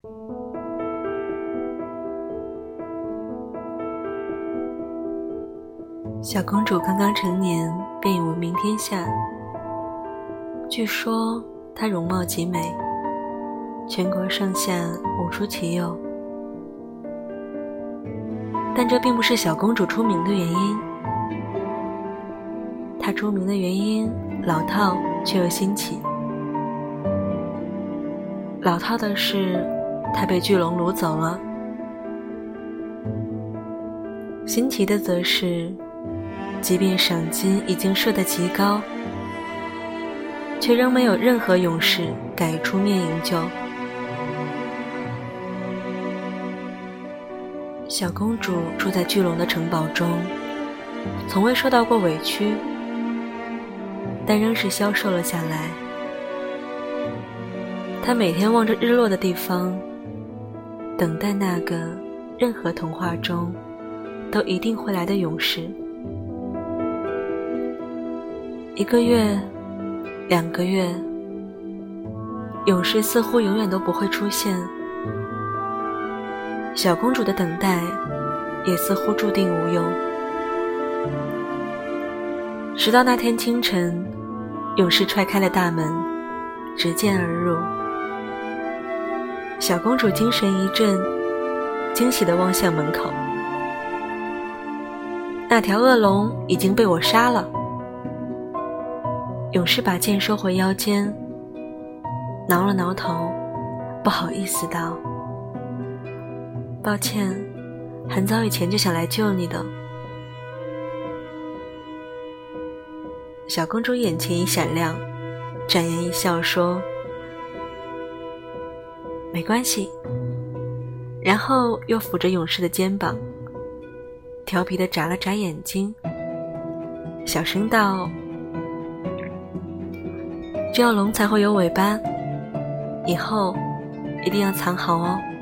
小公主刚刚成年便已闻名天下，据说她容貌极美，全国上下无出其右。但这并不是小公主出名的原因，她出名的原因老套却又新奇。老套的是，她被巨龙掳走了；新奇的则是，即便赏金已经设得极高，却仍没有任何勇士敢出面营救。小公主住在巨龙的城堡中，从未受到过委屈，但仍是消瘦了下来。她每天望着日落的地方，等待那个任何童话中都一定会来的勇士。1个月，2个月，勇士似乎永远都不会出现。小公主的等待也似乎注定无用。直到那天清晨，勇士踹开了大门，执剑而入。小公主精神一振，惊喜地望向门口。那条恶龙已经被我杀了。勇士把剑收回腰间，挠了挠头，不好意思道：抱歉，很早以前就想来救你的。小公主眼前一闪亮，展颜一笑说：没关系。然后又抚着勇士的肩膀，调皮地眨了眨眼睛，小声道：只有龙才会有尾巴，以后一定要藏好哦。